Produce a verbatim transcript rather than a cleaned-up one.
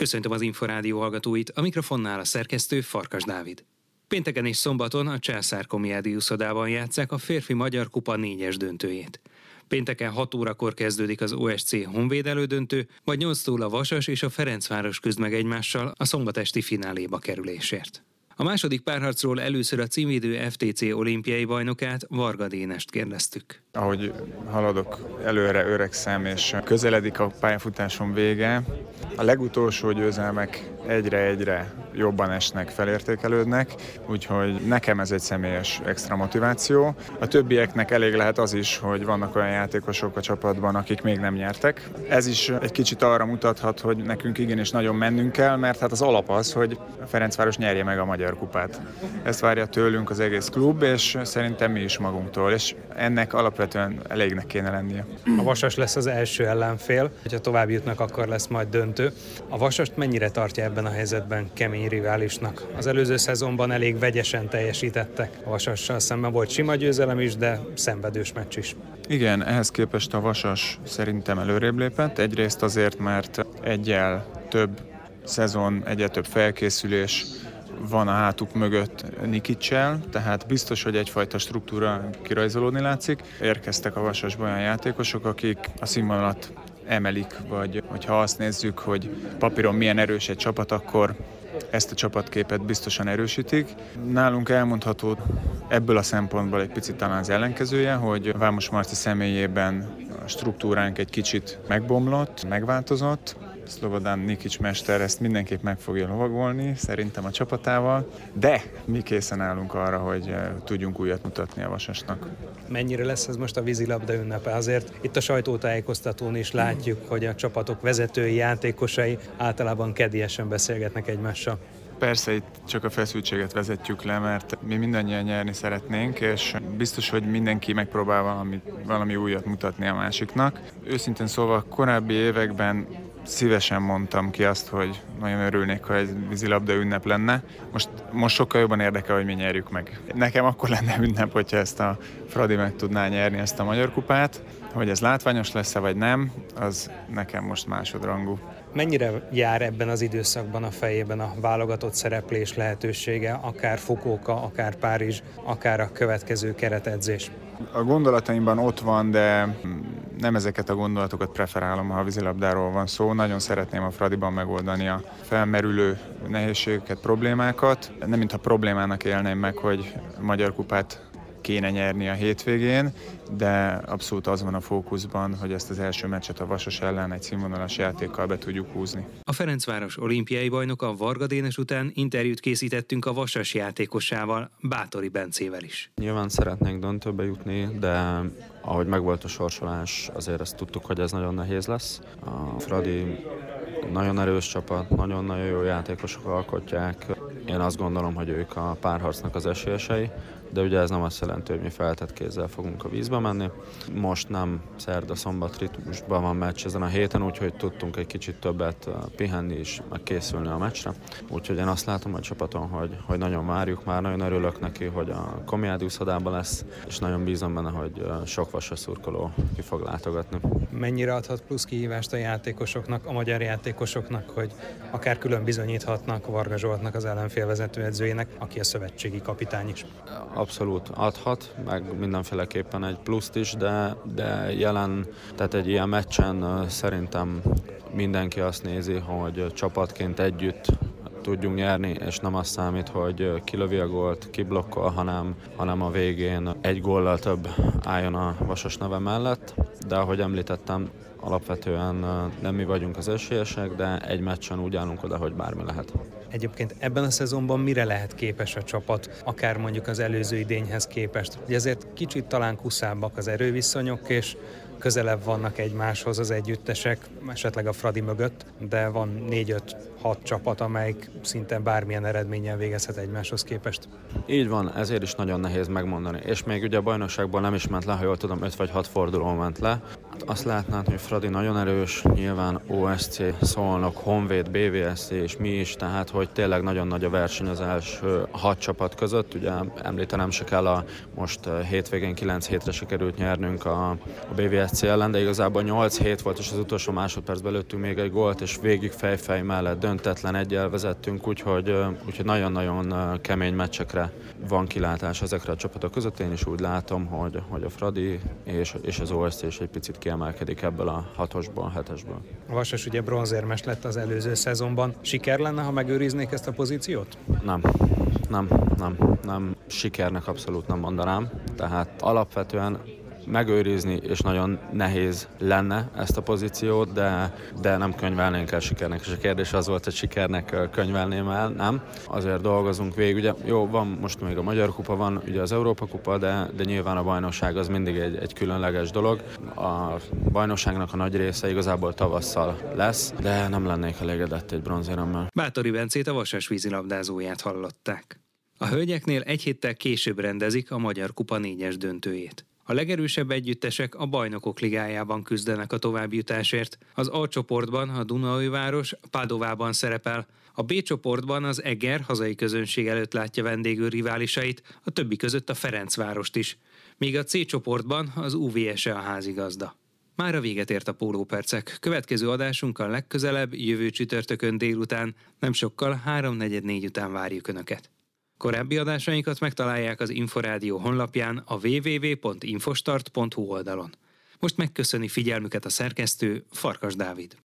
Köszöntöm az Inforádió hallgatóit, a mikrofonnál a szerkesztő Farkas Dávid. Pénteken és szombaton a Császár Komjádi úszodában játsszák a férfi Magyar Kupa négyes döntőjét. Pénteken hat órakor kezdődik az o es cé Honvéd elődöntő, majd nyolctól a Vasas és a Ferencváros küzd meg egymással a szombatesti fináléba kerülésért. A második párharcról először a címvédő ef té cé olimpiai bajnokát, Varga Dénest kérdeztük. Ahogy haladok előre, öregszem és közeledik a pályafutásom vége, a legutolsó győzelmek egyre-egyre jobban esnek, felértékelődnek, úgyhogy nekem ez egy személyes extra motiváció. A többieknek elég lehet az is, hogy vannak olyan játékosok a csapatban, akik még nem nyertek. Ez is egy kicsit arra mutathat, hogy nekünk igenis nagyon mennünk kell, mert hát az alap az, hogy a Ferencváros nyerje meg a Magyar Kupát. Ezt várja tőlünk az egész klub, és szerintem mi is magunktól, és ennek alapvetően elégnek kéne lennie. A Vasas lesz az első ellenfél, hogyha tovább jutnak, akkor lesz majd döntő. A Vasast mennyire tartja ebben a helyzetben kemény riválisnak? Az előző szezonban elég vegyesen teljesítettek. A Vasassal szemben volt sima győzelem is, de szenvedős meccs is. Igen, ehhez képest a Vasas szerintem előrébb lépett. Egyrészt azért, mert egyel több szezon, egyel több felkészülés van a hátuk mögött Nikicsel, tehát biztos, hogy egyfajta struktúra kirajzolódni látszik. Érkeztek a Vasasba olyan játékosok, akik a színvonalat emelik, vagy hogyha azt nézzük, hogy papíron milyen erős egy csapat, akkor ezt a csapatképet biztosan erősítik. Nálunk elmondható ebből a szempontból egy picit talán az ellenkezője, hogy Vámos Marci személyében a struktúránk egy kicsit megbomlott, megváltozott. Szlobodan Nikics mester ezt mindenképp meg fogja lovagolni, szerintem a csapatával, de mi készen állunk arra, hogy tudjunk újat mutatni a Vasasnak. Mennyire lesz ez most a vízilabda ünnepe? Azért itt a sajtótájékoztatón is látjuk, hogy a csapatok vezetői, játékosai általában kedélyesen beszélgetnek egymással. Persze itt csak a feszültséget vezetjük le, mert mi mindannyian nyerni szeretnénk, és biztos, hogy mindenki megpróbál valami, valami újat mutatni a másiknak. Őszintén szóval korábbi években szívesen mondtam ki azt, hogy nagyon örülnék, ha egy vízilabda ünnep lenne. Most, most sokkal jobban érdekel, hogy mi nyerjük meg. Nekem akkor lenne ünnep, hogyha ezt a Fradi meg tudná nyerni, ezt a Magyar Kupát. Hogy ez látványos lesz-e vagy nem, az nekem most másodrangú. Mennyire jár ebben az időszakban a fejében a válogatott szereplés lehetősége, akár Fukuoka, akár Párizs, akár a következő keretedzés? A gondolataimban ott van, de nem ezeket a gondolatokat preferálom, ha a vízilabdáról van szó. Nagyon szeretném a Fradiban megoldani a felmerülő nehézségeket, problémákat. Nem mintha problémának élném meg, hogy Magyar Kupát kéne nyerni a hétvégén, de abszolút az van a fókuszban, hogy ezt az első meccset a Vasas ellen egy színvonalas játékkal be tudjuk húzni. A Ferencváros olimpiai bajnoka Varga Dénes után interjút készítettünk a Vasas játékosával, Báthori Bencével is. Nyilván szeretnénk döntőbe jutni, de ahogy megvolt a sorsolás, azért ezt tudtuk, hogy ez nagyon nehéz lesz. A Fradi nagyon erős csapat, nagyon-nagyon jó játékosok alkotják. Én azt gondolom, hogy ők a párharcnak az esélyesei, de ugye ez nem azt jelenti, hogy mi feltett kézzel fogunk a vízbe menni. Most nem szerda-szombat ritmusban van meccs ezen a héten, úgyhogy tudtunk egy kicsit többet pihenni és meg készülni a meccsre. Úgyhogy én azt látom a csapaton, hogy, hogy nagyon várjuk, már nagyon örülök neki, hogy a Komjádi úszodában lesz, és nagyon bízom benne, hogy sok Vasas szurkoló ki fog látogatni. Mennyire adhat plusz kihívást a játékosoknak, a magyar játékosoknak, hogy akár külön bizonyíthatnak Varga Zsoltnak, az ellenfél vezetőedzőjének, aki a szövetségi kapitány is? Abszolút adhat, meg mindenféleképpen egy pluszt is, de, de jelen, tehát egy ilyen meccsen szerintem mindenki azt nézi, hogy csapatként együtt tudjunk nyerni, és nem az számít, hogy ki lövi a gólt, ki blokkol, hanem, hanem a végén egy góllal több álljon a Vasas neve mellett, de ahogy említettem, alapvetően nem mi vagyunk az esélyesek, de egy meccsen úgy állunk oda, hogy bármi lehet. Egyébként ebben a szezonban mire lehet képes a csapat, akár mondjuk az előző idényhez képest? Ugye ezért kicsit talán kuszábbak az erőviszonyok, és közelebb vannak egymáshoz az együttesek, esetleg a Fradi mögött, de van négy-öt-hat csapat, amelyik szinte bármilyen eredménnyel végezhet egymáshoz képest. Így van, ezért is nagyon nehéz megmondani. És még ugye a bajnokságból nem is ment le, ha jól tudom, öt vagy hat forduló ment le. Hát azt lehet látni, hogy Fradi nagyon erős, nyilván o es cé, Szolnok, Honvéd, bé vé es cé és mi is, tehát hogy tényleg nagyon nagy a verseny az első hat csapat között. Ugye említenem se kell, a most hétvégén kilenc hétre sikerült nyernünk a, a bé vé es cé ellen, de igazából nyolc hét volt, és az utolsó másodpercben lőttünk még egy gólt, és végig fejfej mellett döntetlen egyel vezettünk, úgyhogy, úgyhogy nagyon-nagyon kemény meccsekre van kilátás ezekre a csapatok között. Én is úgy látom, hogy, hogy a Fradi és, és az o es cé is egy picit kiemelkedik ebből a hatosból, hetesből. A Vasas ugye bronzérmes lett az előző szezonban. Siker lenne, ha megőriznék ezt a pozíciót? Nem. Nem, nem, nem. Sikernek abszolút nem mondanám. Tehát alapvetően megőrizni, és nagyon nehéz lenne ezt a pozíciót, de, de nem könyvelnénk el sikernek. És a kérdés az volt, hogy sikernek könyvelném el, nem. Azért dolgozunk végig. Ugye jó, van most még a Magyar Kupa, van ugye az Európa Kupa, de, de nyilván a bajnokság az mindig egy, egy különleges dolog. A bajnokságnak a nagy része igazából tavasszal lesz, de nem lennék elégedett egy bronzéremmel. Báthori Bencét, a Vasas vízilabdázóját hallották. A hölgyeknél egy héttel később rendezik a Magyar Kupa négyes döntőjét. A legerősebb együttesek a Bajnokok Ligájában küzdenek a továbbjutásért. Az A csoportban a Dunaújváros Padovában szerepel, a B csoportban az Eger hazai közönség előtt látja vendégül riválisait, a többi között a Ferencvárost is, míg a C csoportban az u vé es e a házigazda. Mára véget ért a Pólópercek. Következő adásunkkal legközelebb, jövő csütörtökön délután, nem sokkal háromnegyed négy után várjuk Önöket. Korábbi adásainkat megtalálják az Inforádió honlapján, a double-u double-u double-u pont infostart pont hu oldalon. Most megköszöni figyelmüket a szerkesztő, Farkas Dávid.